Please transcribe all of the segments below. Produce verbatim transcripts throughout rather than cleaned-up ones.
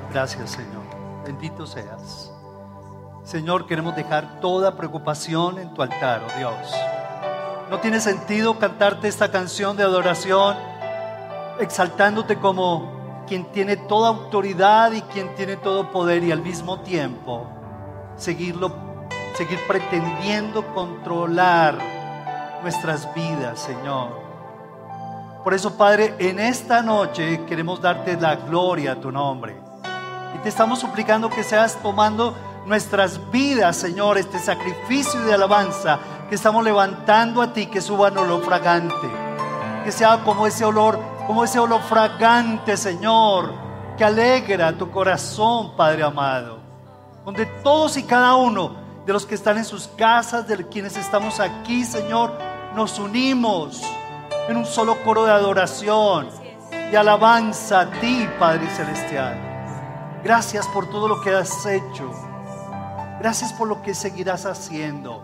Gracias, Señor. Bendito seas. Señor, queremos dejar toda preocupación en tu altar, oh Dios. No tiene sentido cantarte esta canción de adoración exaltándote como quien tiene toda autoridad y quien tiene todo poder, y al mismo tiempo seguirlo, seguir pretendiendo controlar nuestras vidas, Señor. Por eso, Padre, en esta noche queremos darte la gloria a tu nombre y te estamos suplicando que seas tomando nuestras vidas, Señor, este sacrificio de alabanza que estamos levantando a ti, que suba en olor fragante, que sea como ese olor, como ese olor fragante, Señor, que alegra tu corazón, Padre amado, donde todos y cada uno de los que están en sus casas, de quienes estamos aquí, Señor, nos unimos en un solo coro de adoración y alabanza a ti, Padre celestial. Gracias por todo lo que has hecho. Gracias por lo que seguirás haciendo.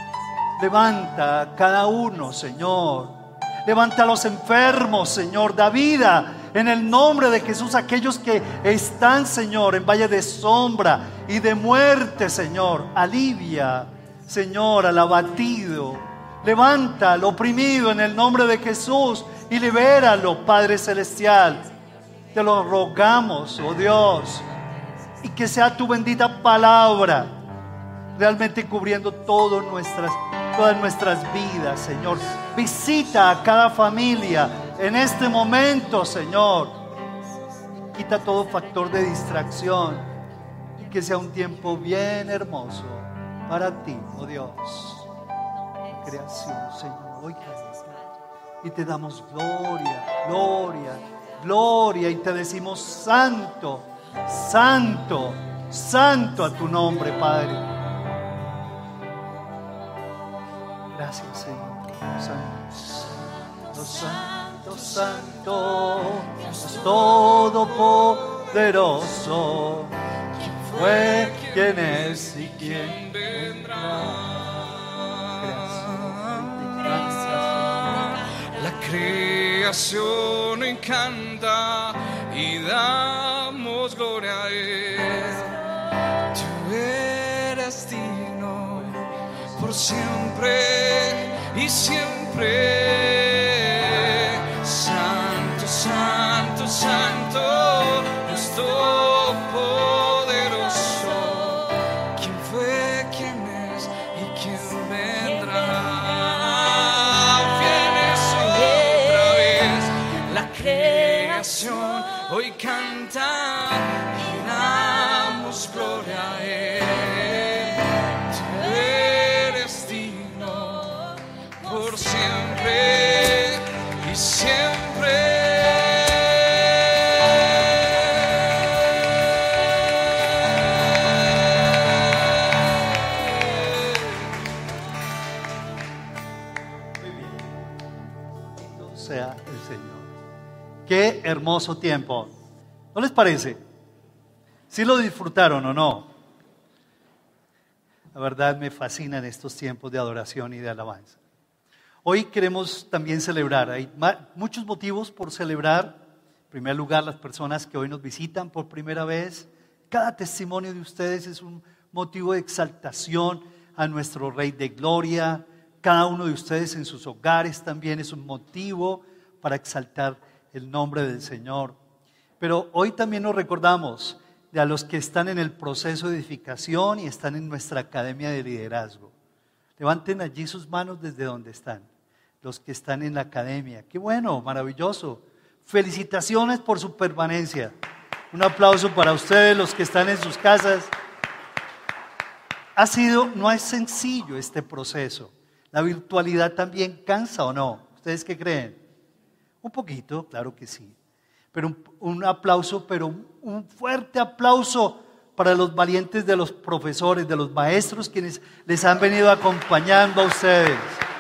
Levanta a cada uno, Señor. Levanta a los enfermos, Señor. Da vida en el nombre de Jesús a aquellos que están, Señor, en valle de sombra y de muerte, Señor. Alivia, Señor, al abatido. Levanta al oprimido en el nombre de Jesús y libéralo, Padre celestial. Te lo rogamos, oh Dios, y que sea tu bendita palabra realmente cubriendo todo nuestras, todas nuestras vidas, Señor. Visita a cada familia en este momento, Señor. Quita todo factor de distracción y que sea un tiempo bien hermoso para ti, oh Dios. Creación, Señor, hoy y te damos gloria, gloria, gloria, y te decimos santo, santo, santo a tu nombre, Padre. Gracias, Señor. Santo, santo, santo, Dios todopoderoso. ¿Quién fue, quién es y quién vendrá? La creación encanta y damos gloria a Él. Tú eres digno por siempre y siempre. Santo, santo, santo, Dios todopoderoso. ¿Quién fue, quién es y quién vendrá? Hoy canta y damos gloria a Él. Tú eres digno por siempre y siempre. Muy bien. Bendito sea el Señor. Qué hermoso tiempo. ¿No les parece? ¿Sí lo disfrutaron o no? La verdad me fascinan estos tiempos de adoración y de alabanza. Hoy queremos también celebrar. Hay muchos motivos por celebrar. En primer lugar, las personas que hoy nos visitan por primera vez. Cada testimonio de ustedes es un motivo de exaltación a nuestro Rey de Gloria. Cada uno de ustedes en sus hogares también es un motivo para exaltar el nombre del Señor. Pero hoy también nos recordamos de a los que están en el proceso de edificación y están en nuestra academia de liderazgo. Levanten allí sus manos desde donde están, los que están en la academia. Qué bueno, maravilloso. Felicitaciones por su permanencia. Un aplauso para ustedes, los que están en sus casas. Ha sido, no es sencillo este proceso. La virtualidad también cansa, ¿o no? ¿Ustedes qué creen? Un poquito, claro que sí. Pero un, un aplauso, pero un, un fuerte aplauso para los valientes de los profesores, de los maestros, quienes les han venido acompañando a ustedes.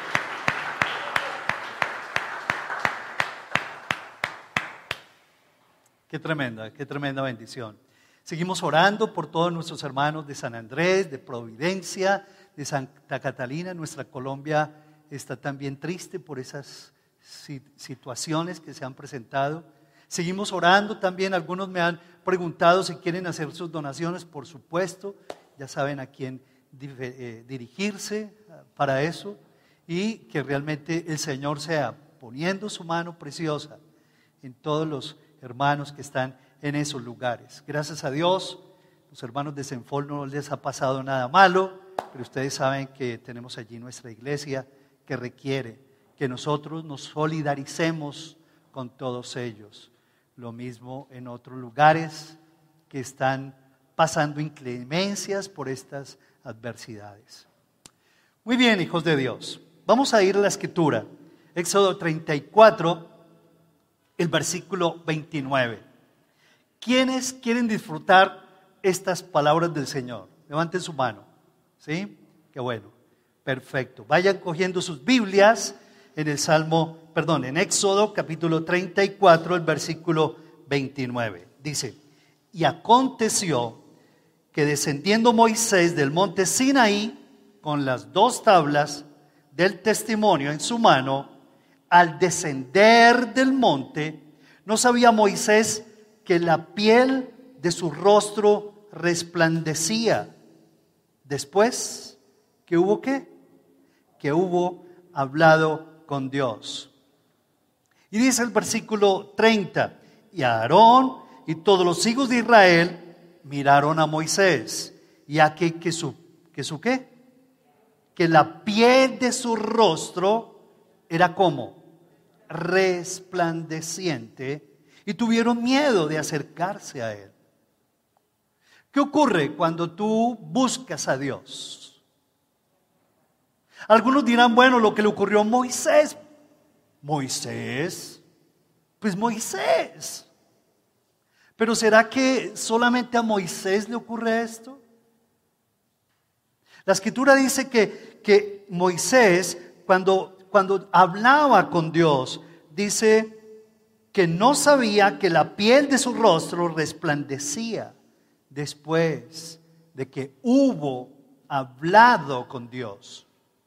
Qué tremenda, qué tremenda bendición. Seguimos orando por todos nuestros hermanos de San Andrés, de Providencia, de Santa Catalina. Nuestra Colombia está también triste por esas situaciones que se han presentado. Seguimos orando también, algunos me han preguntado si quieren hacer sus donaciones, por supuesto, ya saben a quién eh, dirigirse para eso, y que realmente el Señor sea poniendo su mano preciosa en todos los hermanos que están en esos lugares. Gracias a Dios, los hermanos de Senfol no les ha pasado nada malo, pero ustedes saben que tenemos allí nuestra iglesia que requiere que nosotros nos solidaricemos con todos ellos. Lo mismo en otros lugares que están pasando inclemencias por estas adversidades. Muy bien, hijos de Dios, vamos a ir a la escritura. Éxodo treinta y cuatro, el versículo veintinueve. ¿Quiénes quieren disfrutar estas palabras del Señor? Levanten su mano. ¿Sí? Qué bueno. Perfecto. Vayan cogiendo sus Biblias en el Salmo, perdón, en Éxodo capítulo treinta y cuatro, el versículo veintinueve. Dice: y aconteció que descendiendo Moisés del monte Sinaí con las dos tablas del testimonio en su mano, al descender del monte, no sabía Moisés que la piel de su rostro resplandecía. Después, ¿qué hubo qué? Que hubo hablado con Dios. Y dice el versículo treinta, y Aarón y todos los hijos de Israel miraron a Moisés, y aquí que su, que su qué? Que la piel de su rostro era como resplandeciente, y tuvieron miedo de acercarse a él. ¿Qué ocurre cuando tú buscas a Dios? Algunos dirán, bueno, lo que le ocurrió a Moisés. Moisés, pues Moisés. Pero ¿será que solamente a Moisés le ocurre esto? La escritura dice que, que Moisés, cuando, cuando hablaba con Dios, dice que no sabía que la piel de su rostro resplandecía después de que hubo hablado con Dios.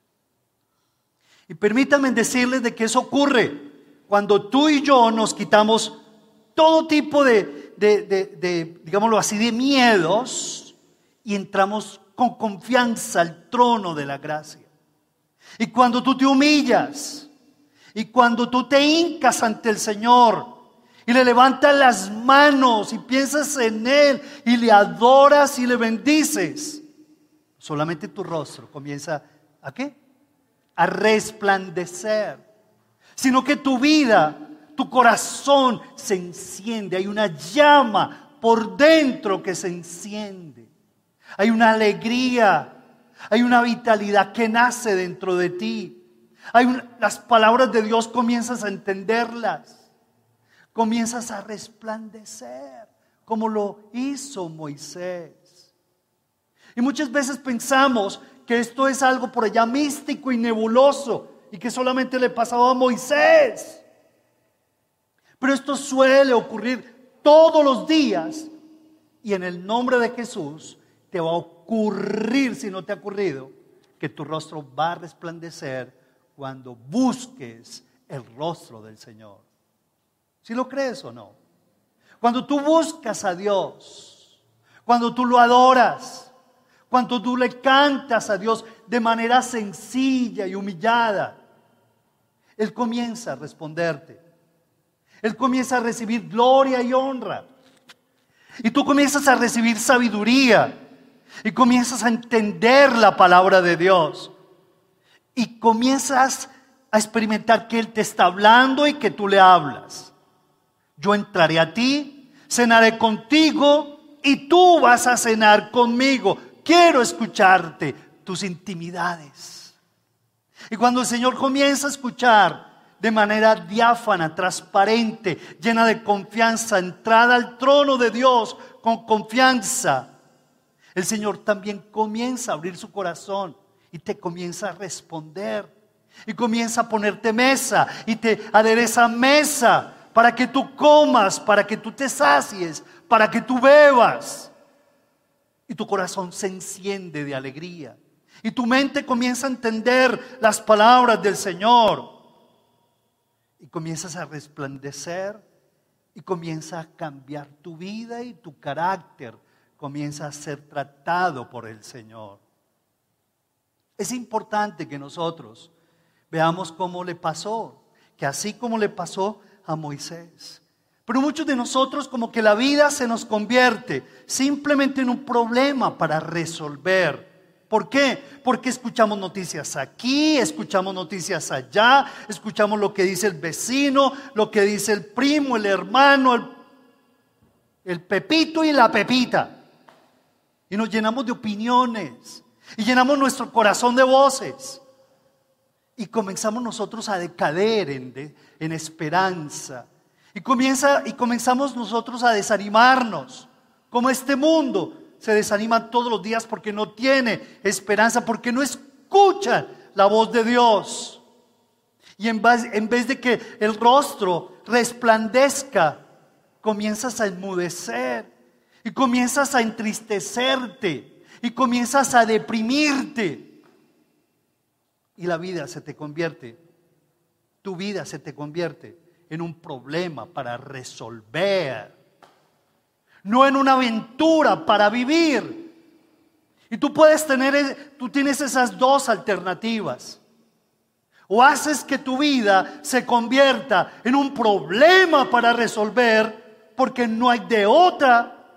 Y permítanme decirles de que eso ocurre cuando tú y yo nos quitamos todo tipo de, de, de, de, digámoslo así, de miedos y entramos con confianza al trono de la gracia. Y cuando tú te humillas y cuando tú te hincas ante el Señor y le levantas las manos y piensas en Él y le adoras y le bendices, solamente tu rostro comienza ¿a qué? A resplandecer, sino que tu vida, tu corazón se enciende, hay una llama por dentro que se enciende, hay una alegría, hay una vitalidad que nace dentro de ti. Hay un, las palabras de Dios comienzas a entenderlas, comienzas a resplandecer como lo hizo Moisés. Y muchas veces pensamos que esto es algo por allá místico y nebuloso y que solamente le pasaba a Moisés. Pero esto suele ocurrir todos los días y en el nombre de Jesús te va a ocurrir, si no te ha ocurrido, que tu rostro va a resplandecer cuando busques el rostro del Señor. ¿Sí lo crees o no? Cuando tú buscas a Dios, cuando tú lo adoras, cuando tú le cantas a Dios de manera sencilla y humillada, Él comienza a responderte. Él comienza a recibir gloria y honra. Y tú comienzas a recibir sabiduría. Y comienzas a entender la palabra de Dios. Y comienzas a experimentar que Él te está hablando y que tú le hablas. Yo entraré a ti, cenaré contigo y tú vas a cenar conmigo. Quiero escucharte, tus intimidades. Y cuando el Señor comienza a escuchar de manera diáfana, transparente, llena de confianza, entrada al trono de Dios con confianza, el Señor también comienza a abrir su corazón y te comienza a responder. Y comienza a ponerte mesa y te adereza mesa para que tú comas, para que tú te sacies, para que tú bebas. Y tu corazón se enciende de alegría. Y tu mente comienza a entender las palabras del Señor. Y comienzas a resplandecer y comienza a cambiar tu vida y tu carácter comienza a ser tratado por el Señor. Es importante que nosotros veamos cómo le pasó, que así como le pasó a Moisés. Pero muchos de nosotros como que la vida se nos convierte simplemente en un problema para resolver. ¿Por qué? Porque escuchamos noticias aquí, escuchamos noticias allá, escuchamos lo que dice el vecino, lo que dice el primo, el hermano, el, el Pepito y la Pepita. Y nos llenamos de opiniones y llenamos nuestro corazón de voces. Y comenzamos nosotros a decader en, de, en esperanza. Y, comienza, y comenzamos nosotros a desanimarnos, como este mundo se desanima todos los días porque no tiene esperanza, porque no escucha la voz de Dios. Y en vez, en vez de que el rostro resplandezca, comienzas a enmudecer y comienzas a entristecerte y comienzas a deprimirte. Y la vida se te convierte, tu vida se te convierte en un problema para resolver, no en una aventura para vivir. Y tú puedes tener, tú tienes esas dos alternativas. O haces que tu vida se convierta en un problema para resolver porque no hay de otra,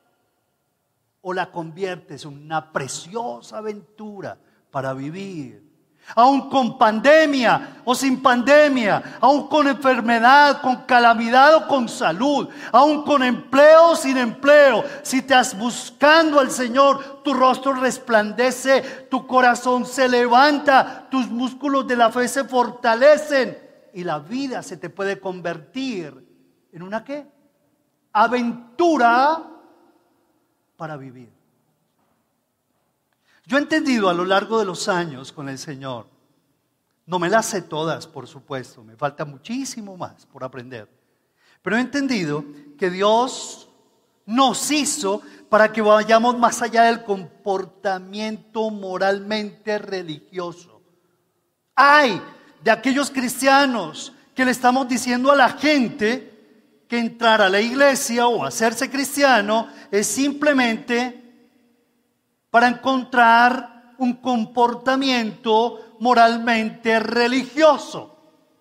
o la conviertes en una preciosa aventura para vivir. Aún con pandemia o sin pandemia, aún con enfermedad, con calamidad o con salud, aún con empleo o sin empleo, si estás buscando al Señor, tu rostro resplandece, tu corazón se levanta, tus músculos de la fe se fortalecen y la vida se te puede convertir en una ¿qué? Aventura para vivir. Yo he entendido a lo largo de los años con el Señor, no me las sé todas, por supuesto, me falta muchísimo más por aprender, pero he entendido que Dios nos hizo para que vayamos más allá del comportamiento moralmente religioso. Ay de aquellos cristianos que le estamos diciendo a la gente que entrar a la iglesia o hacerse cristiano es simplemente para encontrar un comportamiento moralmente religioso.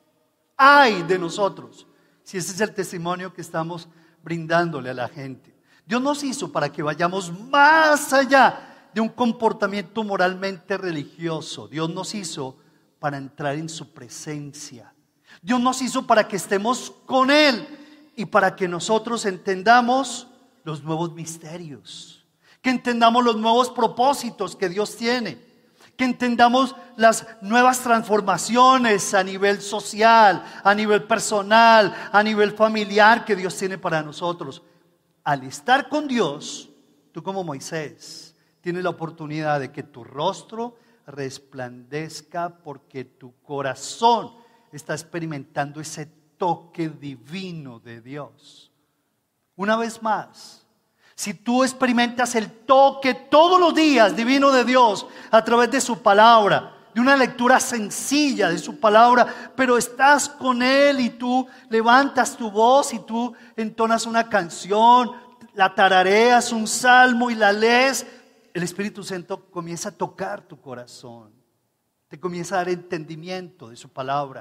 Ay de nosotros, si ese es el testimonio que estamos brindándole a la gente. Dios nos hizo para que vayamos más allá de un comportamiento moralmente religioso. Dios nos hizo para entrar en su presencia. Dios nos hizo para que estemos con Él y para que nosotros entendamos los nuevos misterios. Que entendamos los nuevos propósitos que Dios tiene, que entendamos las nuevas transformaciones a nivel social, a nivel personal, a nivel familiar que Dios tiene para nosotros. Al estar con Dios, tú como Moisés, tienes la oportunidad de que tu rostro resplandezca porque tu corazón está experimentando ese toque divino de Dios. Una vez más, si tú experimentas el toque todos los días divino de Dios a través de su palabra, de una lectura sencilla de su palabra, pero estás con Él y tú levantas tu voz y tú entonas una canción, la tarareas, un salmo y la lees, el Espíritu Santo comienza a tocar tu corazón, te comienza a dar entendimiento de su palabra.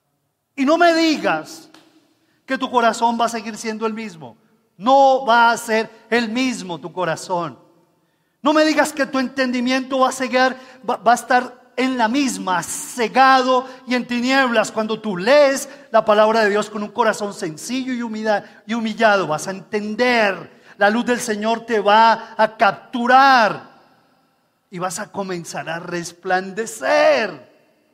Y no me digas que tu corazón va a seguir siendo el mismo. No va a ser el mismo tu corazón. No me digas que tu entendimiento va a, seguir, va, va a estar en la misma, cegado y en tinieblas. Cuando tú lees la palabra de Dios con un corazón sencillo y, humida, y humillado, vas a entender. La luz del Señor te va a capturar y vas a comenzar a resplandecer.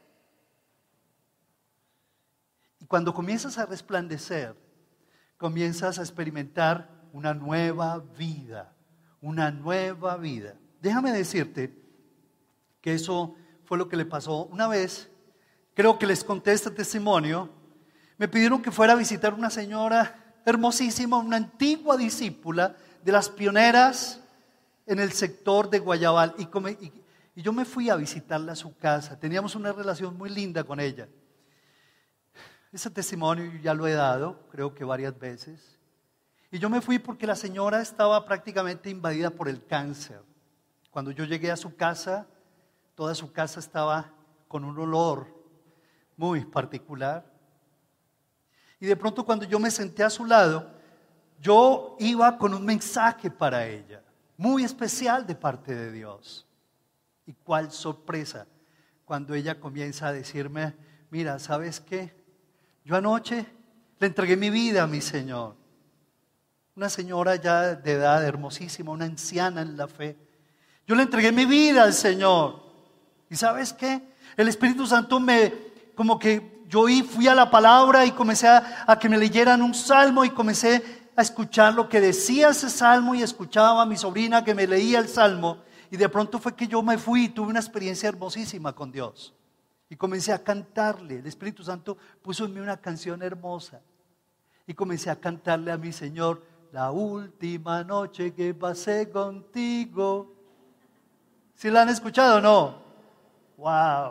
Y cuando comienzas a resplandecer, comienzas a experimentar una nueva vida, una nueva vida. Déjame decirte que eso fue lo que le pasó una vez. Creo que les conté este testimonio. Me pidieron que fuera a visitar una señora hermosísima, una antigua discípula de las pioneras en el sector de Guayabal. Y, come, y, y yo me fui a visitarla a su casa. Teníamos una relación muy linda con ella. Ese testimonio yo ya lo he dado, creo que varias veces. Y yo me fui porque la señora estaba prácticamente invadida por el cáncer. Cuando yo llegué a su casa, toda su casa estaba con un olor muy particular. Y de pronto cuando yo me senté a su lado, yo iba con un mensaje para ella, muy especial de parte de Dios. Y cuál sorpresa cuando ella comienza a decirme, mira, ¿sabes qué? Yo anoche le entregué mi vida a mi Señor. Una señora ya de edad hermosísima, una anciana en la fe. Yo le entregué mi vida al Señor. ¿Y sabes qué? El Espíritu Santo me, como que yo fui a la palabra y comencé a, a que me leyeran un salmo y comencé a escuchar lo que decía ese salmo y escuchaba a mi sobrina que me leía el salmo. Y de pronto fue que yo me fui y tuve una experiencia hermosísima con Dios. Y comencé a cantarle. El Espíritu Santo puso en mí una canción hermosa. Y comencé a cantarle a mi Señor, la última noche que pasé contigo. ¿Sí la han escuchado o no? ¡Wow!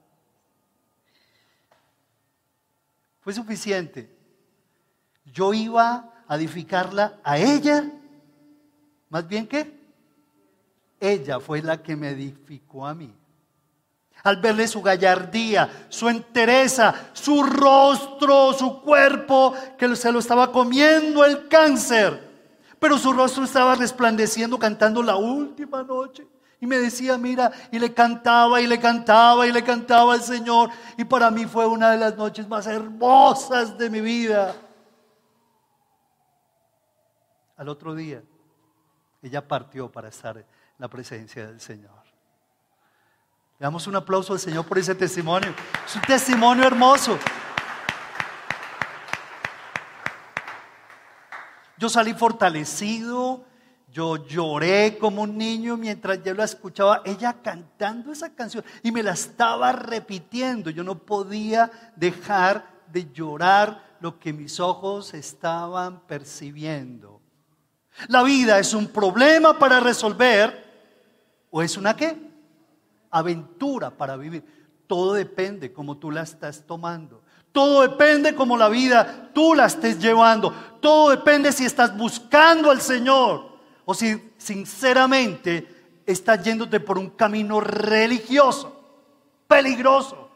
Fue suficiente. Yo iba a edificarla a ella. Más bien que ella fue la que me edificó a mí. Al verle su gallardía, su entereza, su rostro, su cuerpo, que se lo estaba comiendo el cáncer, pero su rostro estaba resplandeciendo cantando la última noche. Y me decía, mira, y le cantaba y le cantaba y le cantaba al Señor. Y para mí fue una de las noches más hermosas de mi vida. Al otro día, ella partió para estar en la presencia del Señor. Le damos un aplauso al Señor por ese testimonio. Es un testimonio hermoso. Yo salí fortalecido. Yo lloré como un niño mientras yo la escuchaba, ella cantando esa canción y me la estaba repitiendo. Yo no podía dejar de llorar lo que mis ojos estaban percibiendo. La vida es un problema para resolver o es una ¿qué? Aventura para vivir. Todo depende cómo tú la estás tomando. Todo depende cómo la vida tú la estés llevando. Todo depende si estás buscando al Señor o si sinceramente estás yéndote por un camino religioso, peligroso,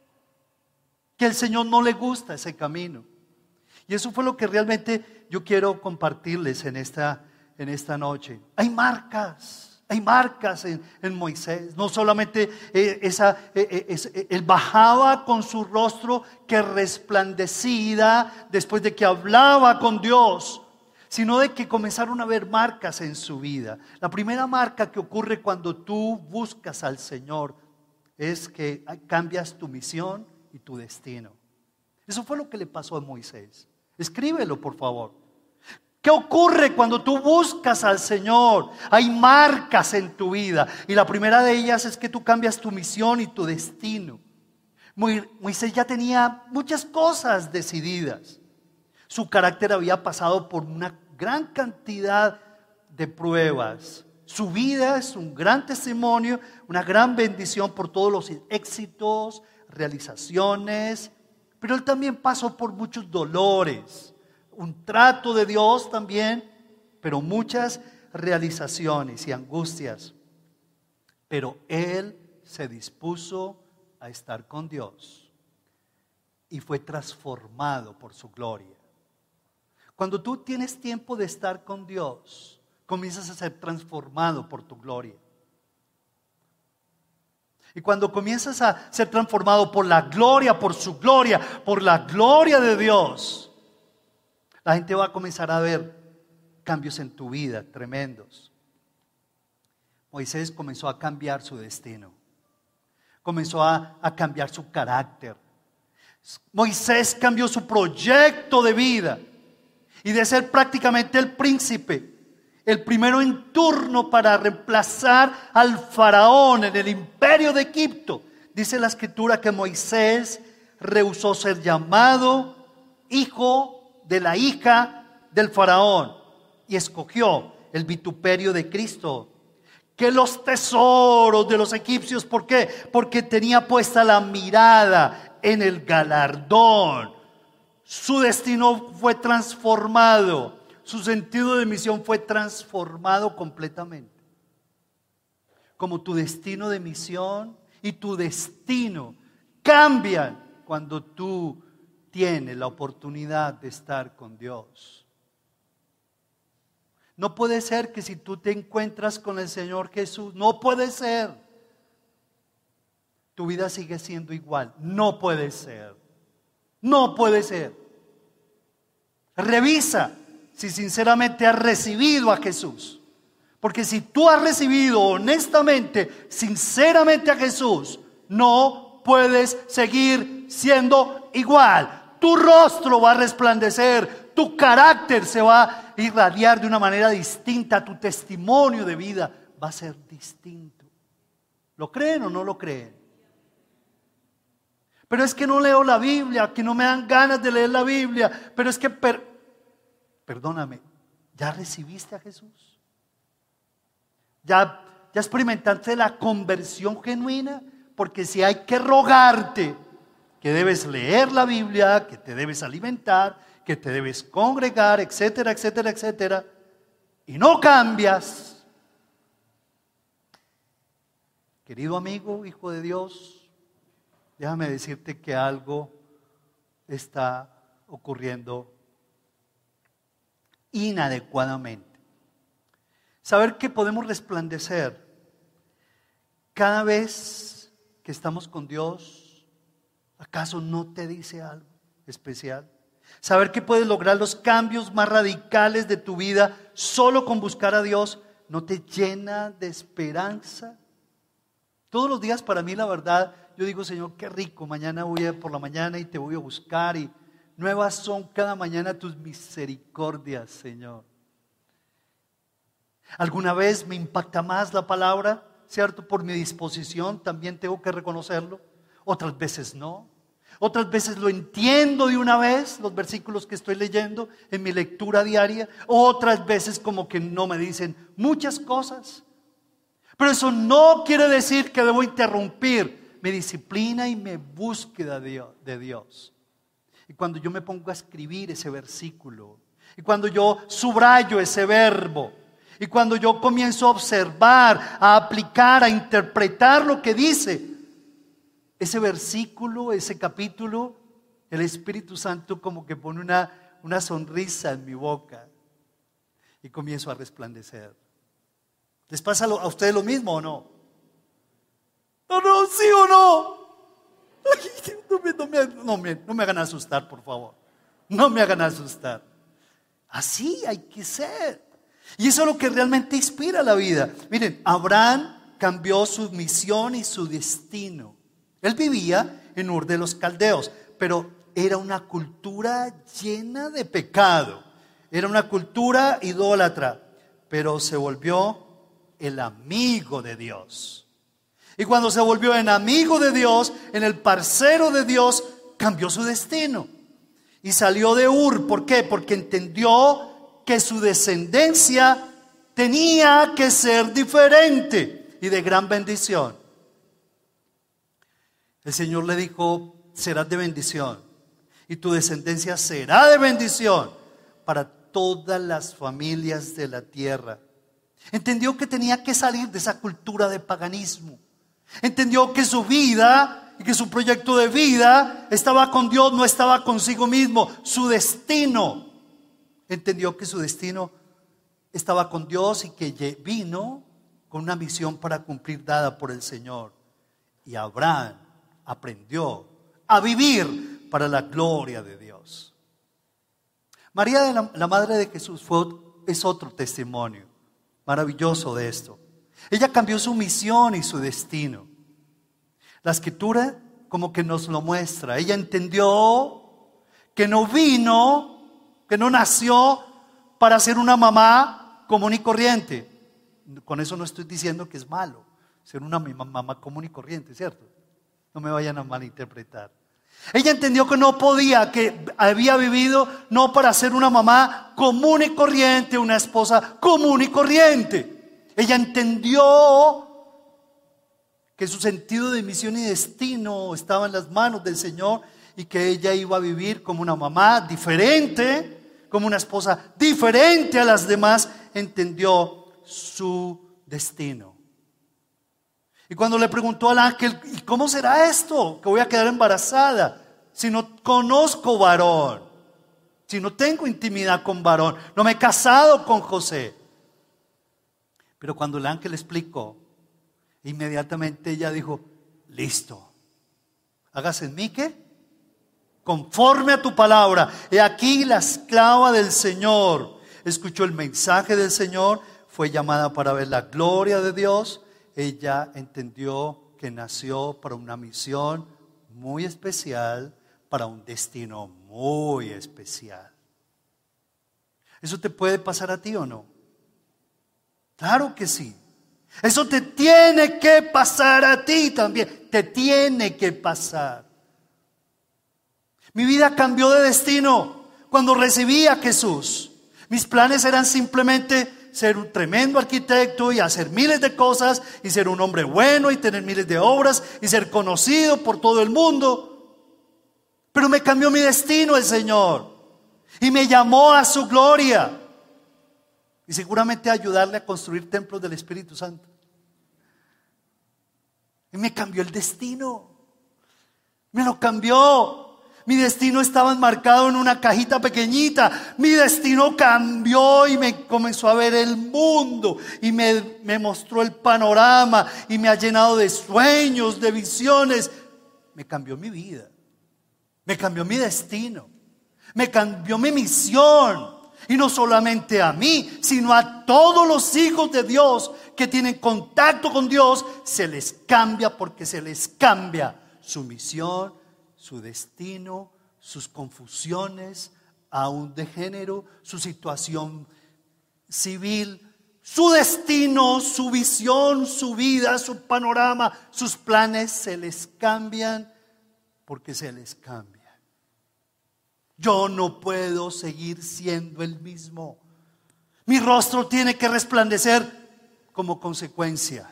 que al Señor no le gusta ese camino. Y eso fue lo que realmente yo quiero compartirles en esta, en esta noche. Hay marcas, hay marcas en, en Moisés. No solamente eh, esa, eh, eh, él bajaba con su rostro que resplandecía después de que hablaba con Dios, sino de que comenzaron a haber marcas en su vida. La primera marca que ocurre cuando tú buscas al Señor es que cambias tu misión y tu destino. Eso fue lo que le pasó a Moisés. Escríbelo, por favor. ¿Qué ocurre cuando tú buscas al Señor? Hay marcas en tu vida y la primera de ellas es que tú cambias tu misión y tu destino. Moisés ya tenía muchas cosas decididas. Su carácter había pasado por una gran cantidad de pruebas. Su vida es un gran testimonio, una gran bendición por todos los éxitos, realizaciones, pero él también pasó por muchos dolores, un trato de Dios también, pero muchas realizaciones y angustias. Pero él se dispuso a estar con Dios y fue transformado por su gloria. Cuando tú tienes tiempo de estar con Dios, comienzas a ser transformado por tu gloria. Y cuando comienzas a ser transformado por la gloria, por su gloria, por la gloria de Dios, la gente va a comenzar a ver cambios en tu vida tremendos. Moisés comenzó a cambiar su destino. Comenzó a, a cambiar su carácter. Moisés cambió su proyecto de vida. Y de ser prácticamente el príncipe, el primero en turno para reemplazar al faraón en el imperio de Egipto, dice la escritura que Moisés rehusó ser llamado hijo de la hija del faraón y escogió el vituperio de Cristo, que los tesoros de los egipcios. ¿Por qué? Porque tenía puesta la mirada en el galardón, Su destino fue transformado. Su sentido de misión fue transformado completamente. Como tu destino de misión y tu destino cambian cuando tú tienes la oportunidad de estar con Dios. No puede ser que si tú te encuentras con el Señor Jesús, no puede ser, tu vida sigue siendo igual. No puede ser. No puede ser. Revisa si sinceramente has recibido a Jesús. Porque si tú has recibido honestamente, sinceramente a Jesús, no puedes seguir siendo igual. Tu rostro va a resplandecer, tu carácter se va a irradiar de una manera distinta, tu testimonio de vida va a ser distinto. ¿Lo creen o no lo creen? Pero es que no leo la Biblia, que no me dan ganas de leer la Biblia, pero es que, per... perdóname, ¿ya recibiste a Jesús? ¿Ya, ¿Ya experimentaste la conversión genuina? Porque si hay que rogarte que debes leer la Biblia, que te debes alimentar, que te debes congregar, etcétera, etcétera, etcétera, y no cambias, querido amigo, hijo de Dios, déjame decirte que algo está ocurriendo inadecuadamente. Saber que podemos resplandecer cada vez que estamos con Dios, ¿acaso no te dice algo especial? Saber que puedes lograr los cambios más radicales de tu vida solo con buscar a Dios, ¿no te llena de esperanza? Todos los días para mí, la verdad, yo digo, Señor, qué rico, mañana voy a por la mañana y te voy a buscar, y nuevas son cada mañana tus misericordias, Señor. Alguna vez me impacta más la palabra, ¿cierto? Por mi disposición, también tengo que reconocerlo. Otras veces no. Otras veces lo entiendo de una vez, los versículos que estoy leyendo en mi lectura diaria. Otras veces como que no me dicen muchas cosas. Pero eso no quiere decir que debo interrumpir mi disciplina y mi búsqueda de Dios. Y cuando yo me pongo a escribir ese versículo, y cuando yo subrayo ese verbo, y cuando yo comienzo a observar, a aplicar, a interpretar lo que dice ese versículo, ese capítulo, el Espíritu Santo como que pone una, una sonrisa en mi boca y comienzo a resplandecer. ¿Les pasa a ustedes lo mismo o no? No, no, sí o no. Ay, no, me, no, me, no, me, no me hagan asustar, por favor. No me hagan asustar. Así hay que ser. Y eso es lo que realmente inspira la vida. Miren, Abraham cambió su misión y su destino. Él vivía en Ur de los Caldeos, pero era una cultura llena de pecado. Era una cultura idólatra, pero se volvió el amigo de Dios. Y cuando se volvió en amigo de Dios, en el parcero de Dios, cambió su destino. Y salió de Ur. ¿Por qué? Porque entendió que su descendencia tenía que ser diferente y de gran bendición. El Señor le dijo, serás de bendición y tu descendencia será de bendición para todas las familias de la tierra. Entendió que tenía que salir de esa cultura de paganismo. Entendió que su vida y que su proyecto de vida estaba con Dios, no estaba consigo mismo. Su destino, entendió que su destino estaba con Dios y que vino con una misión para cumplir dada por el Señor. Y Abraham aprendió a vivir para la gloria de Dios. María, la, la madre de Jesús, fue, es otro testimonio maravilloso de esto. Ella cambió su misión y su destino. La Escritura como que nos lo muestra. Ella entendió que no vino, que no nació para ser una mamá común y corriente. Con eso no estoy diciendo que es malo ser una mamá común y corriente, ¿cierto? No me vayan a malinterpretar. Ella entendió que no podía, que había vivido no para ser una mamá común y corriente, una esposa común y corriente. Ella entendió que su sentido de misión y destino estaba en las manos del Señor y que ella iba a vivir como una mamá diferente, como una esposa diferente a las demás, entendió su destino. Y cuando le preguntó al ángel, ¿y cómo será esto? Que voy a quedar embarazada si no conozco varón, si no tengo intimidad con varón, no me he casado con José. Pero cuando el ángel explicó, inmediatamente ella dijo, listo, hágase en mí ¿qué? Conforme a tu palabra. He aquí la esclava del Señor. Escuchó el mensaje del Señor, fue llamada para ver la gloria de Dios. Ella entendió que nació para una misión muy especial, para un destino muy especial. ¿Eso te puede pasar a ti o no? Claro que sí. Eso te tiene que pasar a ti también. Te tiene que pasar. Mi vida cambió de destino cuando recibí a Jesús. Mis planes eran simplemente ser un tremendo arquitecto y hacer miles de cosas y ser un hombre bueno y tener miles de obras y ser conocido por todo el mundo. Pero me cambió mi destino el Señor y me llamó a su gloria y seguramente a ayudarle a construir templos del Espíritu Santo. Y me cambió el destino, me lo cambió. Mi destino estaba enmarcado en una cajita pequeñita. Mi destino cambió y me comenzó a ver el mundo. Y me, me mostró el panorama. Y me ha llenado de sueños, de visiones. Me cambió mi vida. Me cambió mi destino. Me cambió mi misión. Y no solamente a mí, sino a todos los hijos de Dios que tienen contacto con Dios. Se les cambia porque se les cambia su misión, su destino, sus confusiones, aún de género, su situación civil, su destino, su visión, su vida, su panorama, sus planes se les cambian porque se les cambia. Yo no puedo seguir siendo el mismo. Mi rostro tiene que resplandecer como consecuencia.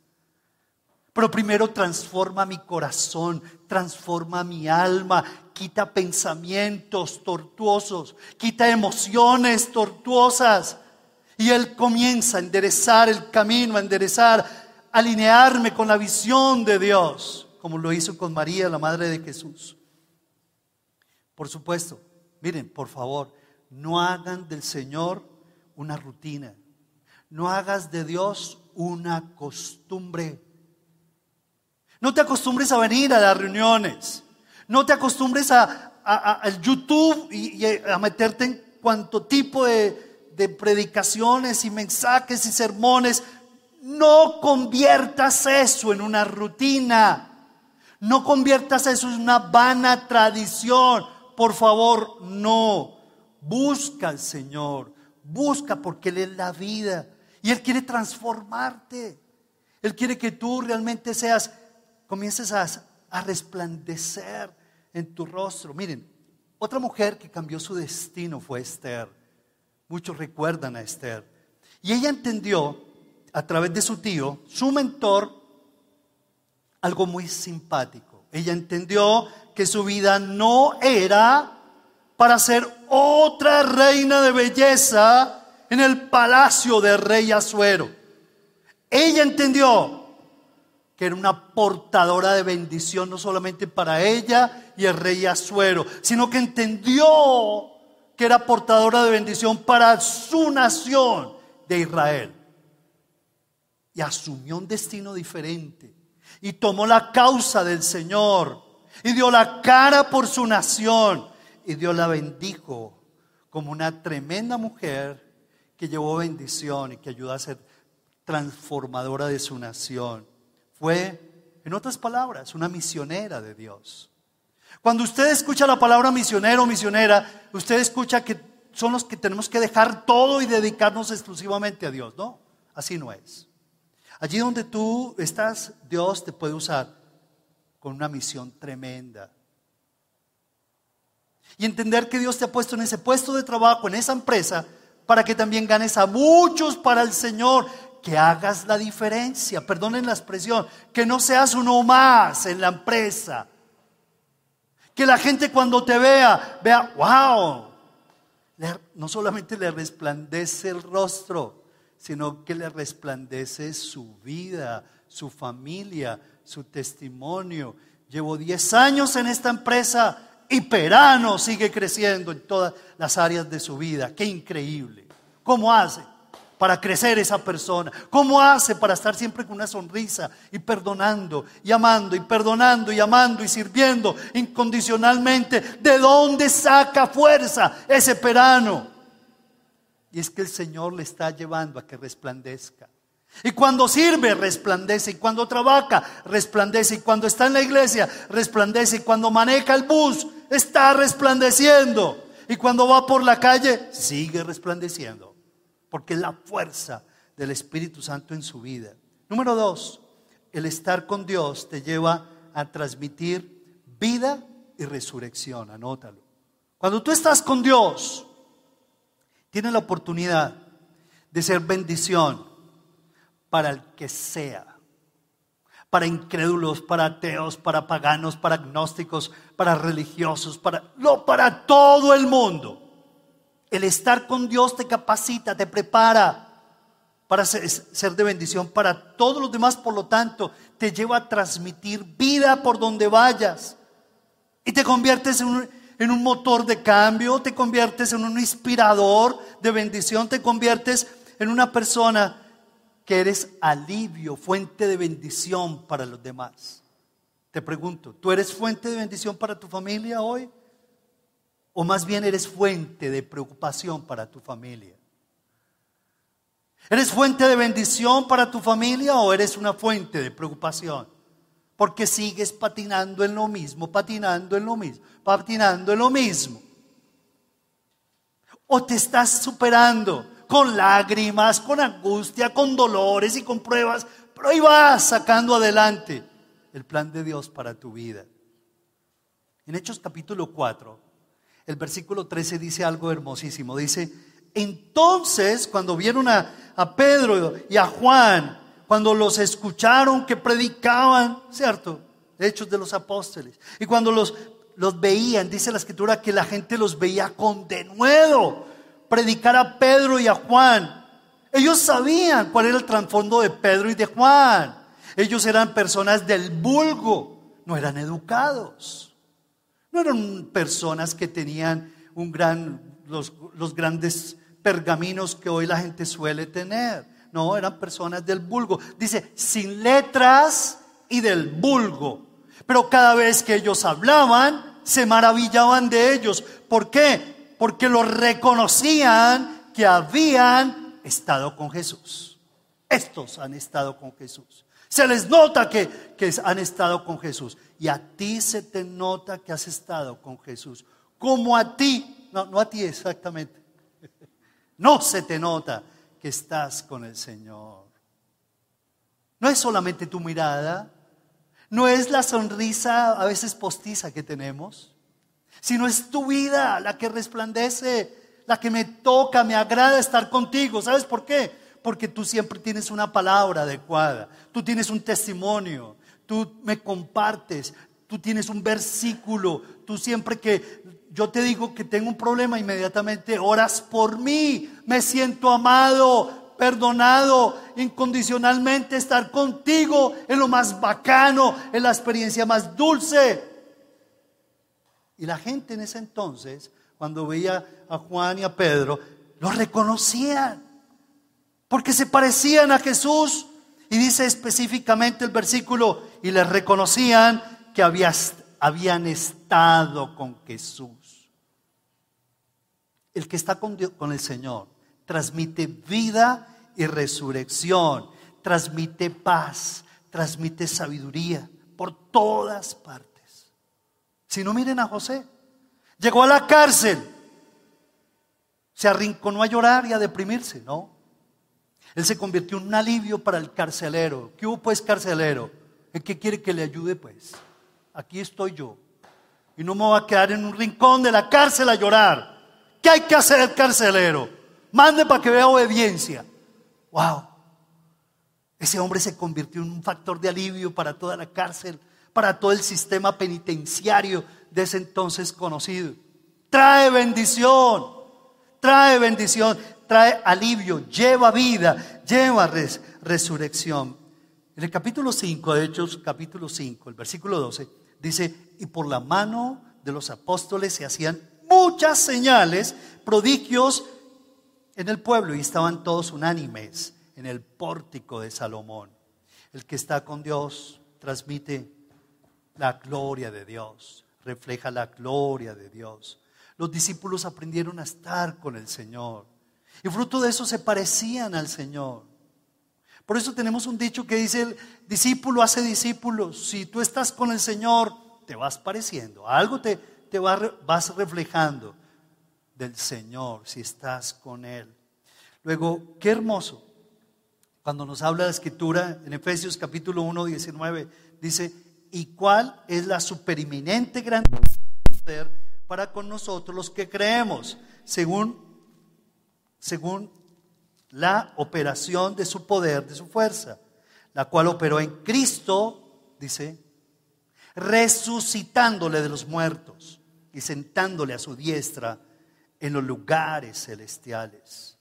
Pero primero transforma mi corazón, transforma mi alma, quita pensamientos tortuosos, quita emociones tortuosas. Y Él comienza a enderezar el camino, a enderezar, a alinearme con la visión de Dios, como lo hizo con María, la madre de Jesús. Por supuesto, miren, por favor, no hagan del Señor una rutina. No hagas de Dios una costumbre. No te acostumbres a venir a las reuniones. No te acostumbres a, a, a, a YouTube y, y a meterte en cuanto tipo de, de predicaciones y mensajes y sermones. No conviertas eso en una rutina. No conviertas eso en una vana tradición. Por favor, no. Busca al Señor. Busca porque Él es la vida. Y Él quiere transformarte. Él quiere que tú realmente seas... comiences a, a resplandecer en tu rostro. Miren, otra mujer que cambió su destino fue Esther. Muchos recuerdan a Esther. Y ella entendió a través de su tío, su mentor, algo muy simpático. Ella entendió que su vida no era para ser otra reina de belleza en el palacio del rey Asuero. Ella entendió que era una portadora de bendición no solamente para ella y el rey Asuero, sino que entendió que era portadora de bendición para su nación de Israel. Y asumió un destino diferente y tomó la causa del Señor y dio la cara por su nación y Dios la bendijo como una tremenda mujer que llevó bendición y que ayudó a ser transformadora de su nación. Fue, en otras palabras, una misionera de Dios. Cuando usted escucha la palabra misionero o misionera, usted escucha que son los que tenemos que dejar todo y dedicarnos exclusivamente a Dios. No, así no es. Allí donde tú estás, Dios te puede usar con una misión tremenda. Y entender que Dios te ha puesto en ese puesto de trabajo, en esa empresa, para que también ganes a muchos para el Señor. Que hagas la diferencia, perdonen la expresión, que no seas uno más en la empresa, Que la gente cuando te vea, vea, wow, no solamente le resplandece el rostro, sino que le resplandece su vida, su familia, su testimonio. Llevo diez años en esta empresa y Perano sigue creciendo en todas las áreas de su vida. ¡Qué increíble! ¿Cómo hace para crecer esa persona? ¿Cómo hace para estar siempre con una sonrisa y perdonando y amando y perdonando y amando y sirviendo incondicionalmente? ¿De dónde saca fuerza ese Perano? Y es que el Señor le está llevando a que resplandezca. Y cuando sirve, resplandece. Y cuando trabaja, resplandece. Y cuando está en la iglesia, resplandece. Y cuando maneja el bus, está resplandeciendo. Y cuando va por la calle, sigue resplandeciendo. Porque es la fuerza del Espíritu Santo en su vida. Número dos, el estar con Dios te lleva a transmitir vida y resurrección. Anótalo. Cuando tú estás con Dios, tienes la oportunidad de ser bendición para el que sea, para incrédulos, para ateos, para paganos, para agnósticos, para religiosos, para, no, para todo el mundo. El estar con Dios te capacita, te prepara para ser, ser de bendición para todos los demás. Por lo tanto, te lleva a transmitir vida por donde vayas y te conviertes en un, en un motor de cambio, te conviertes en un inspirador de bendición, te conviertes en una persona que eres alivio, fuente de bendición para los demás. Te pregunto, ¿tú eres fuente de bendición para tu familia hoy? ¿O más bien eres fuente de preocupación para tu familia? ¿Eres fuente de bendición para tu familia o eres una fuente de preocupación? Porque sigues patinando en lo mismo, patinando en lo mismo, patinando en lo mismo. ¿O te estás superando con lágrimas, con angustia, con dolores y con pruebas, pero ahí vas sacando adelante el plan de Dios para tu vida? En Hechos capítulo cuatro, el versículo trece dice algo hermosísimo. Dice: entonces cuando vieron a, a Pedro y a Juan, cuando los escucharon que predicaban, ¿cierto? Hechos de los Apóstoles. Y cuando los, los veían, dice la Escritura que la gente los veía con denuedo predicar a Pedro y a Juan. Ellos sabían cuál era el trasfondo de Pedro y de Juan. Ellos eran personas del vulgo, no eran educados, no eran personas que tenían un gran, los, los grandes pergaminos que hoy la gente suele tener. No, eran personas del vulgo. Dice, sin letras y del vulgo. Pero cada vez que ellos hablaban, se maravillaban de ellos. ¿Por qué? Porque lo reconocían que habían estado con Jesús. Estos han estado con Jesús. Se les nota que, que han estado con Jesús. Y a ti se te nota que has estado con Jesús. Como a ti, no, no a ti exactamente. No se te nota que estás con el Señor. No es solamente tu mirada, no es la sonrisa a veces postiza que tenemos, sino es tu vida la que resplandece, la que me toca, me agrada estar contigo. ¿Sabes por qué? Porque tú siempre tienes una palabra adecuada, tú tienes un testimonio, tú me compartes, tú tienes un versículo, tú siempre que yo te digo que tengo un problema, inmediatamente oras por mí, me siento amado, perdonado, incondicionalmente. Estar contigo es lo más bacano, es la experiencia más dulce. Y la gente en ese entonces, cuando veía a Juan y a Pedro, los reconocían, porque se parecían a Jesús. Y dice específicamente el versículo, y les reconocían que había, habían estado con Jesús. El que está con Dios, con el Señor, transmite vida y resurrección, transmite paz, transmite sabiduría por todas partes. Si no, miren a José. Llegó a la cárcel, se arrinconó a llorar y a deprimirse, ¿no? Él se convirtió en un alivio para el carcelero. ¿Qué hubo pues, carcelero? ¿En qué quiere que le ayude pues? Aquí estoy yo y no me voy a quedar en un rincón de la cárcel a llorar. ¿Qué hay que hacer, carcelero? Mande para que vea obediencia. Wow. Ese hombre se convirtió en un factor de alivio para toda la cárcel, para todo el sistema penitenciario de ese entonces conocido. Trae bendición, trae bendición, trae alivio, lleva vida, lleva res, resurrección. En el capítulo cinco de Hechos, capítulo cinco, el versículo doce, dice: y por la mano de los apóstoles se hacían muchas señales, prodigios en el pueblo, y estaban todos unánimes en el pórtico de Salomón. El que está con Dios transmite la gloria de Dios, refleja la gloria de Dios. Los discípulos aprendieron a estar con el Señor y fruto de eso se parecían al Señor. Por eso tenemos un dicho que dice: el discípulo hace discípulos. Si tú estás con el Señor, te vas pareciendo, algo te, te va, vas reflejando del Señor si estás con Él. Luego, qué hermoso cuando nos habla la Escritura en Efesios capítulo uno, diecinueve, dice: y cuál es la supereminente grandeza para con nosotros los que creemos, según, según la operación de su poder, de su fuerza, la cual operó en Cristo, dice, resucitándole de los muertos y sentándole a su diestra en los lugares celestiales.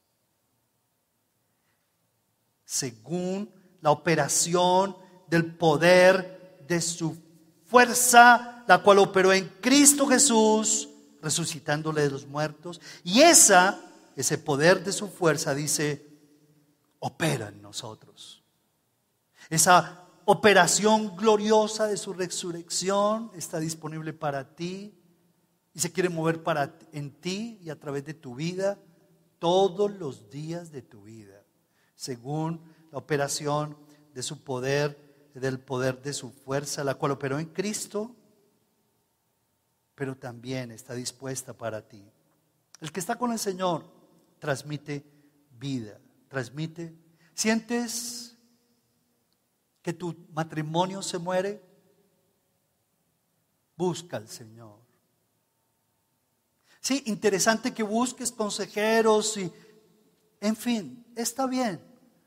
Según la operación del poder de su fuerza, la cual operó en Cristo Jesús, resucitándole de los muertos. Y esa, ese poder de su fuerza, dice, opera en nosotros. Esa operación gloriosa de su resurrección está disponible para ti y se quiere mover para, en ti y a través de tu vida todos los días de tu vida, según la operación de su poder, del poder de su fuerza, la cual operó en Cristo, pero también está dispuesta para ti. El que está con el Señor transmite vida, transmite. ¿Sientes que tu matrimonio se muere? Busca al Señor. Sí, interesante que busques consejeros y, en fin, está bien.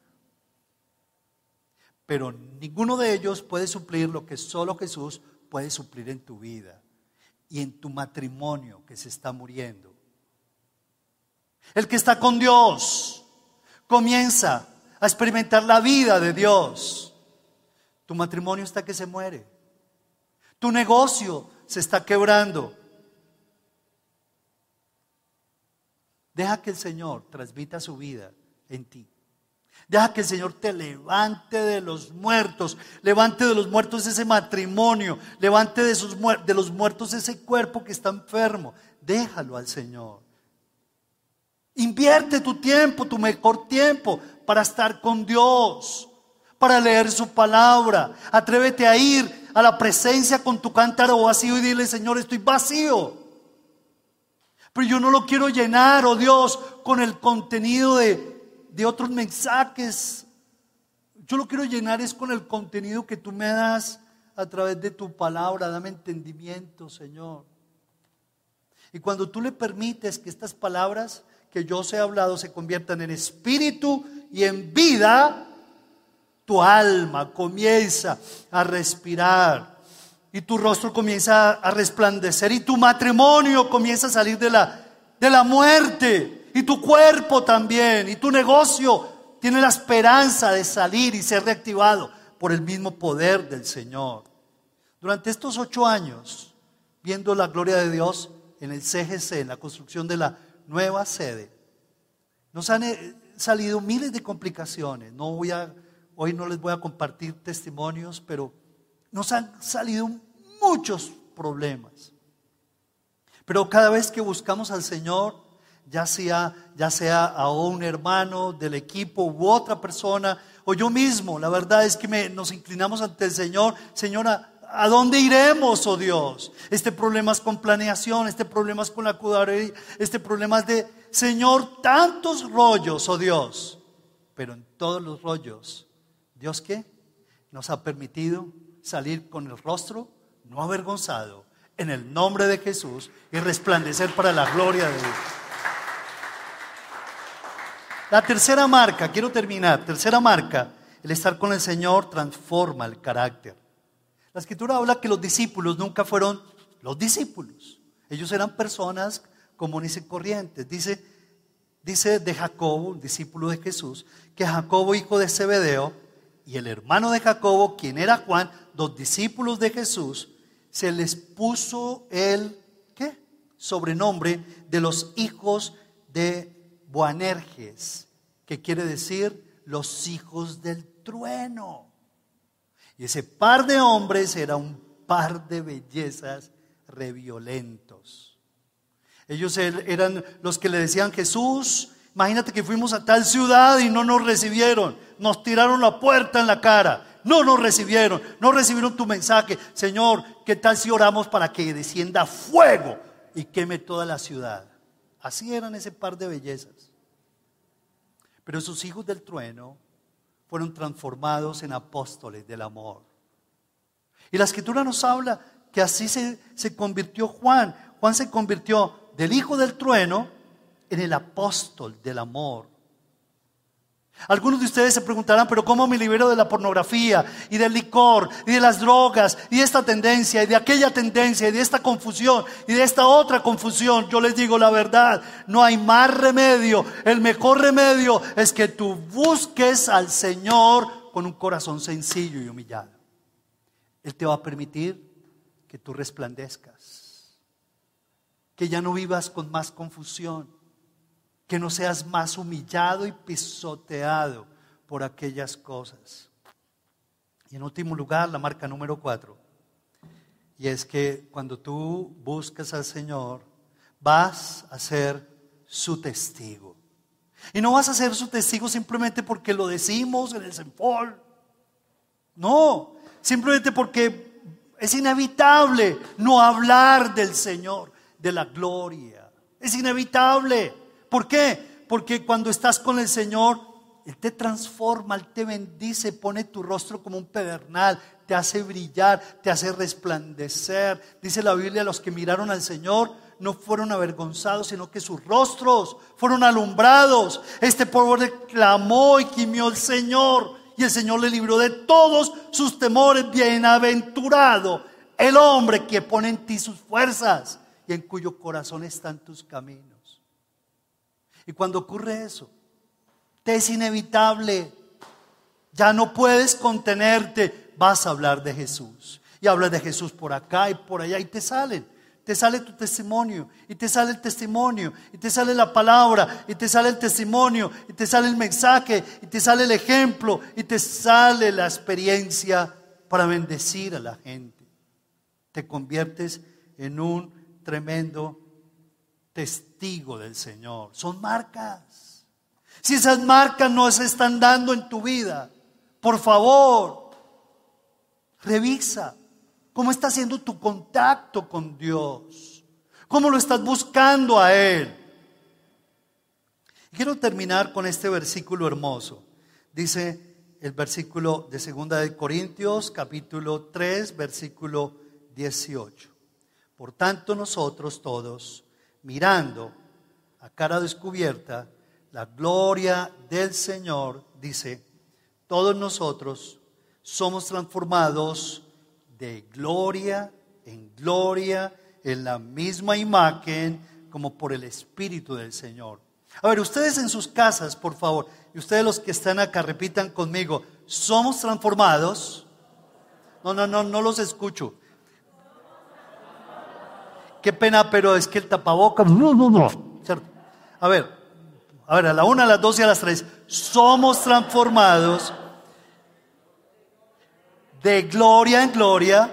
Pero ninguno de ellos puede suplir lo que solo Jesús puede suplir en tu vida y en tu matrimonio que se está muriendo. El que está con Dios comienza a experimentar la vida de Dios. Tu matrimonio está que se muere. Tu negocio se está quebrando. Deja que el Señor transmita su vida en ti. Deja que el Señor te levante de los muertos, levante de los muertos ese matrimonio, levante de, sus, de los muertos ese cuerpo que está enfermo. Déjalo al Señor. Invierte tu tiempo, tu mejor tiempo para estar con Dios, para leer su palabra. Atrévete a ir a la presencia con tu cántaro vacío y dile: Señor, estoy vacío, pero yo no lo quiero llenar, oh Dios, con el contenido de de otros mensajes. Yo lo quiero llenar es con el contenido que tú me das a través de tu palabra. Dame entendimiento, Señor. Y cuando tú le permites que estas palabras que yo os he hablado se conviertan en espíritu y en vida, tu alma comienza a respirar y tu rostro comienza a resplandecer y tu matrimonio comienza a salir de la, de la muerte. Y tu cuerpo también, y tu negocio tiene la esperanza de salir y ser reactivado por el mismo poder del Señor. Durante estos ocho años, viendo la gloria de Dios en el C G C, en la construcción de la nueva sede, nos han salido miles de complicaciones. No voy a, hoy no les voy a compartir testimonios, pero nos han salido muchos problemas. Pero cada vez que buscamos al Señor, Ya sea, ya sea a un hermano del equipo u otra persona, o yo mismo, la verdad es que me, nos inclinamos ante el Señor. Señora, ¿a dónde iremos, oh Dios? Este problema es con planeación, este problema es con la cuidadoría, este problema es de, Señor, tantos rollos, oh Dios. Pero en todos los rollos, ¿Dios qué? Nos ha permitido salir con el rostro no avergonzado, en el nombre de Jesús, y resplandecer para la gloria de Dios. La tercera marca, quiero terminar, tercera marca, el estar con el Señor transforma el carácter. La Escritura habla que los discípulos nunca fueron Los discípulos. Ellos eran personas comunes y corrientes. Dice, dice de Jacobo, un discípulo de Jesús, que Jacobo, hijo de Zebedeo, y el hermano de Jacobo, quien era Juan, dos discípulos de Jesús, se les puso el ¿qué? sobrenombre de los hijos de Boanerges, que quiere decir los hijos del trueno. Y ese par de hombres era un par de bellezas reviolentos. Ellos eran los que le decían: Jesús, imagínate que fuimos a tal ciudad y no nos recibieron, nos tiraron la puerta en la cara, no nos recibieron, no recibieron tu mensaje. Señor, ¿qué tal si oramos para que descienda fuego y queme toda la ciudad? Así eran ese par de bellezas. Pero esos hijos del trueno fueron transformados en apóstoles del amor. Y la Escritura nos habla que así se, se convirtió Juan. Juan se convirtió del hijo del trueno en el apóstol del amor. Algunos de ustedes se preguntarán: pero ¿cómo me libero de la pornografía y del licor y de las drogas y de esta tendencia y de aquella tendencia y de esta confusión y de esta otra confusión? Yo les digo la verdad, no hay más remedio. El mejor remedio es que tú busques al Señor con un corazón sencillo y humillado. Él te va a permitir que tú resplandezcas, que ya no vivas con más confusión, que no seas más humillado y pisoteado por aquellas cosas. Y en último lugar, la marca número cuatro, y es que cuando tú buscas al Señor, vas a ser su testigo. Y no vas a ser su testigo simplemente porque lo decimos en el Senfol. No, simplemente porque es inevitable no hablar del Señor, de la gloria. Es inevitable. ¿Por qué? Porque cuando estás con el Señor, Él te transforma, Él te bendice, pone tu rostro como un pedernal, te hace brillar, te hace resplandecer. Dice la Biblia: los que miraron al Señor no fueron avergonzados, sino que sus rostros fueron alumbrados. Este pobre clamó y gimió al Señor, y el Señor le libró de todos sus temores. Bienaventurado el hombre que pone en ti sus fuerzas y en cuyo corazón están tus caminos. Y cuando ocurre eso, te es inevitable, ya no puedes contenerte, vas a hablar de Jesús. Y hablas de Jesús por acá y por allá, y te salen, te sale tu testimonio, y te sale el testimonio, y te sale la palabra, y te sale el testimonio, y te sale el mensaje, y te sale el ejemplo, y te sale la experiencia para bendecir a la gente. Te conviertes en un tremendo testigo del Señor. Son marcas. Si esas marcas no se están dando en tu vida, por favor, revisa cómo está siendo tu contacto con Dios, cómo lo estás buscando a Él. Y quiero terminar con este versículo hermoso. Dice el versículo de Segunda de Corintios, capítulo tres, versículo dieciocho. Por tanto, nosotros todos, mirando a cara descubierta la gloria del Señor, dice, todos nosotros somos transformados de gloria en gloria en la misma imagen como por el Espíritu del Señor. A ver, ustedes en sus casas, por favor, y ustedes los que están acá, repitan conmigo: somos transformados. No, no, no, no los escucho. Qué pena, pero es que el tapabocas. No, no, no. ¿Cierto? A ver, a ver, a la una, a las dos y a las tres. Somos transformados de gloria en gloria.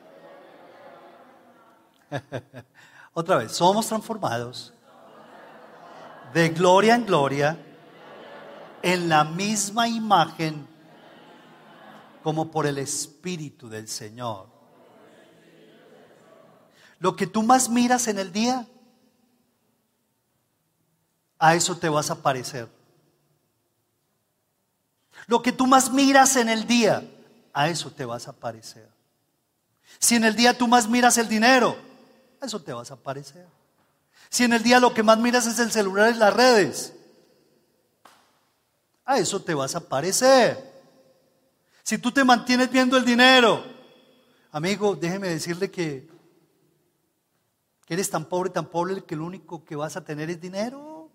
Otra vez, somos transformados de gloria en gloria en la misma imagen como por el Espíritu del Señor. Lo que tú más miras en el día, a eso te vas a parecer. Lo que tú más miras en el día, a eso te vas a parecer. Si en el día tú más miras el dinero, a eso te vas a parecer. Si en el día lo que más miras es el celular y las redes, a eso te vas a parecer. Si tú te mantienes viendo el dinero, amigo, déjeme decirle que Que eres tan pobre, tan pobre que lo único que vas a tener es dinero.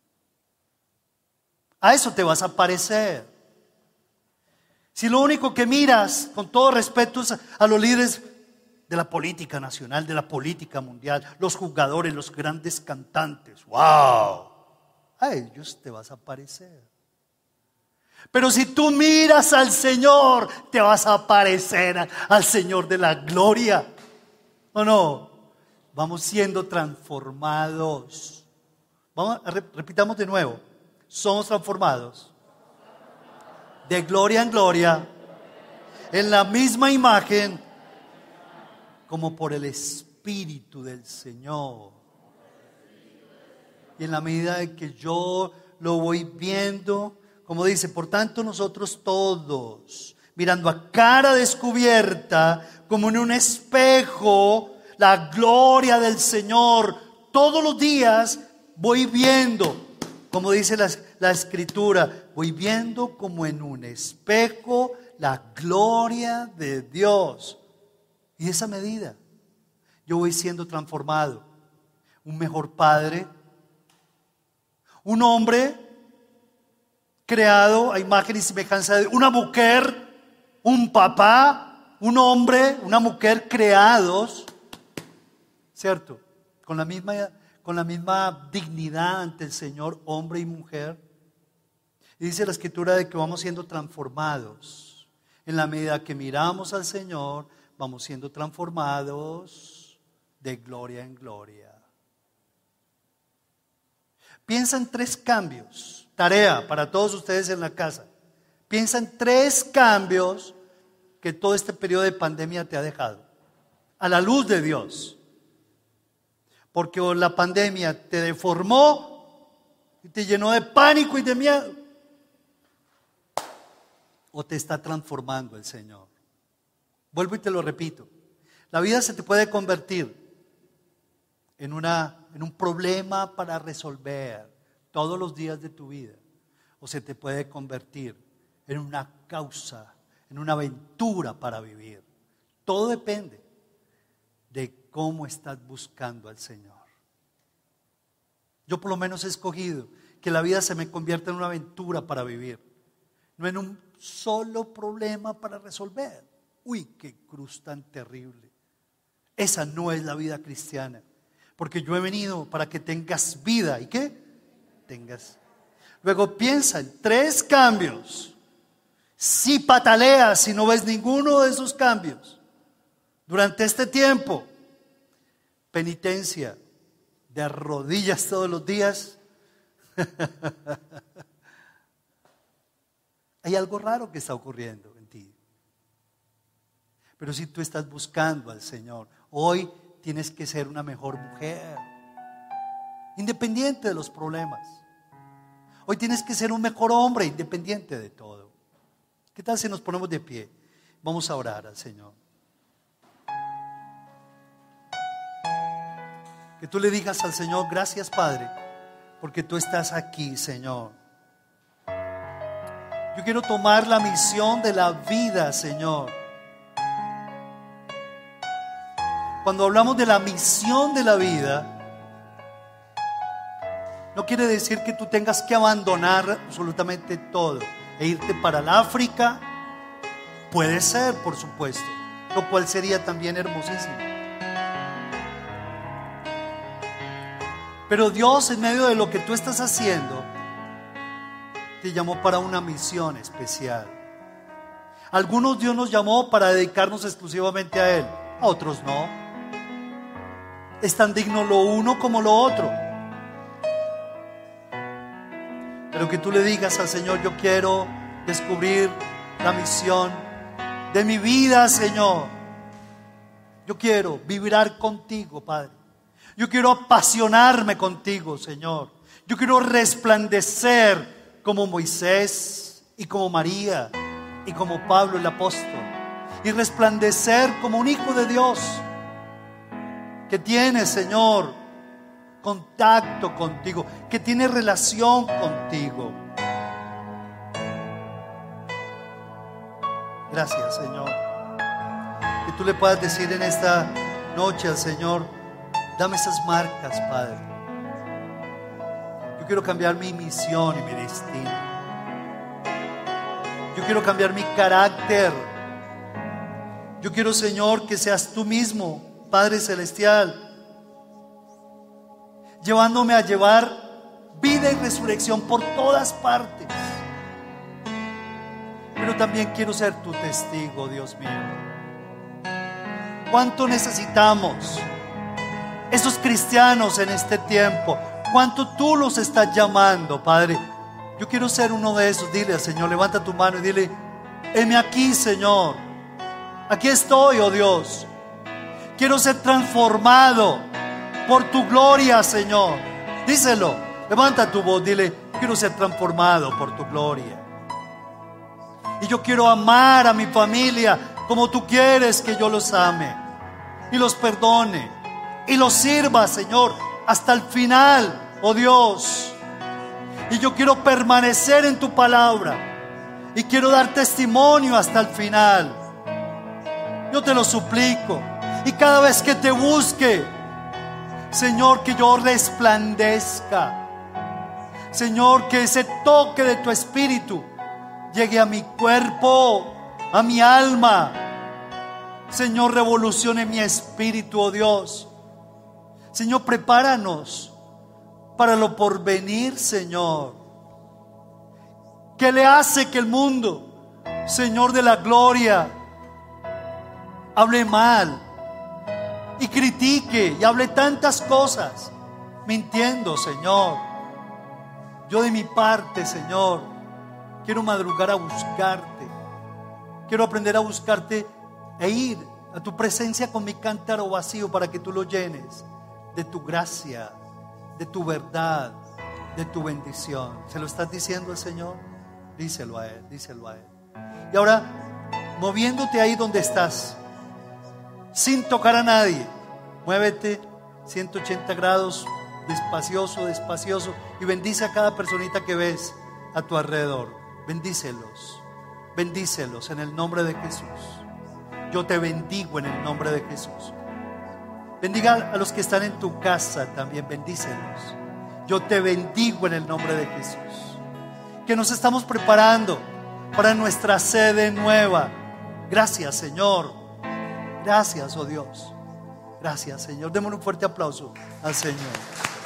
A eso te vas a parecer. Si lo único que miras, con todo respeto, es a los líderes de la política nacional, de la política mundial, los jugadores, los grandes cantantes, ¡wow! A ellos te vas a parecer. Pero si tú miras al Señor, te vas a parecer al Señor de la gloria. ¿O no? Vamos siendo transformados. Vamos, repitamos de nuevo. Somos transformados de gloria en gloria, en la misma imagen, como por el Espíritu del Señor. Y en la medida en que yo lo voy viendo, como dice, por tanto nosotros todos, mirando a cara descubierta, como en un espejo, la gloria del Señor, todos los días voy viendo, como dice la, la Escritura, voy viendo como en un espejo la gloria de Dios. Y de esa medida yo voy siendo transformado, un mejor padre, un hombre creado a imagen y semejanza de una mujer, un papá, un hombre, una mujer creados, ¿cierto? Con la misma, con la misma dignidad ante el Señor, hombre y mujer. Y dice la Escritura de que vamos siendo transformados. En la medida que miramos al Señor, vamos siendo transformados de gloria en gloria. Piensa en tres cambios. Tarea para todos ustedes en la casa. Piensa en tres cambios que todo este periodo de pandemia te ha dejado. A la luz de Dios. Porque o la pandemia te deformó y te llenó de pánico y de miedo, o te está transformando el Señor. Vuelvo y te lo repito. La vida se te puede convertir en, una, en un problema para resolver todos los días de tu vida, o se te puede convertir en una causa, en una aventura para vivir. Todo depende de cómo estás buscando al Señor. Yo por lo menos he escogido que la vida se me convierta en una aventura para vivir, no en un solo problema para resolver. Uy, qué cruz tan terrible. Esa no es la vida cristiana, porque yo he venido para que tengas vida. ¿Y qué? Tengas. Luego piensa en tres cambios. Si pataleas, si no ves ninguno de esos cambios durante este tiempo, penitencia de rodillas todos los días. Hay algo raro que está ocurriendo en ti. Pero si tú estás buscando al Señor, hoy tienes que ser una mejor mujer, independiente de los problemas. Hoy tienes que ser un mejor hombre, independiente de todo. ¿Qué tal si nos ponemos de pie? Vamos a orar al Señor. Que tú le digas al Señor: gracias, Padre, porque tú estás aquí, Señor. Yo quiero tomar la misión de la vida, Señor. Cuando hablamos de la misión de la vida, no quiere decir que tú tengas que abandonar absolutamente todo e irte para el África. Puede ser, por supuesto, lo cual sería también hermosísimo. Pero Dios, en medio de lo que tú estás haciendo, te llamó para una misión especial. Algunos Dios nos llamó para dedicarnos exclusivamente a Él, a otros no. Es tan digno lo uno como lo otro. Pero que tú le digas al Señor: yo quiero descubrir la misión de mi vida, Señor. Yo quiero vibrar contigo, Padre. Yo quiero apasionarme contigo, Señor. Yo quiero resplandecer como Moisés y como María y como Pablo el apóstol, y resplandecer como un hijo de Dios que tiene, Señor, contacto contigo, que tiene relación contigo. Gracias, Señor. Que tú le puedas decir en esta noche al Señor: Dame esas marcas, Padre. Yo quiero cambiar mi misión y mi destino. Yo quiero cambiar mi carácter. Yo quiero, Señor, que seas tú mismo, Padre Celestial, llevándome a llevar vida y resurrección por todas partes. Pero también quiero ser tu testigo, Dios mío. ¿Cuánto necesitamos esos cristianos en este tiempo? ¿Cuánto tú los estás llamando, Padre? Yo quiero ser uno de esos. Dile al Señor, levanta tu mano y dile: heme aquí, Señor. Aquí estoy, oh Dios. Quiero ser transformado por tu gloria, Señor. Díselo, levanta tu voz, dile: quiero ser transformado por tu gloria. Y yo quiero amar a mi familia como tú quieres que yo los ame y los perdone y los sirva, Señor, hasta el final, oh Dios. Y yo quiero permanecer en tu palabra y quiero dar testimonio hasta el final. Yo te lo suplico. Y cada vez que te busque, Señor, que yo resplandezca. Señor, que ese toque de tu espíritu llegue a mi cuerpo, a mi alma. Señor, revolucione mi espíritu, oh Dios. Señor, prepáranos para lo porvenir, Señor. ¿Qué le hace que el mundo, Señor de la gloria, hable mal y critique y hable tantas cosas mintiendo, Señor? Yo de mi parte, Señor, quiero madrugar a buscarte. Quiero aprender a buscarte e ir a tu presencia con mi cántaro vacío para que tú lo llenes de tu gracia, de tu verdad, de tu bendición. ¿Se lo estás diciendo al Señor? Díselo a Él, díselo a Él. Y ahora, moviéndote ahí donde estás, sin tocar a nadie, muévete ciento ochenta grados, despacioso, despacioso, y bendice a cada personita que ves a tu alrededor. Bendícelos, bendícelos en el nombre de Jesús. Yo te bendigo en el nombre de Jesús. Bendiga a los que están en tu casa también, bendícelos. Yo te bendigo en el nombre de Jesús. Que nos estamos preparando para nuestra sede nueva. Gracias, Señor. Gracias, oh Dios. Gracias, Señor. Démosle un fuerte aplauso al Señor.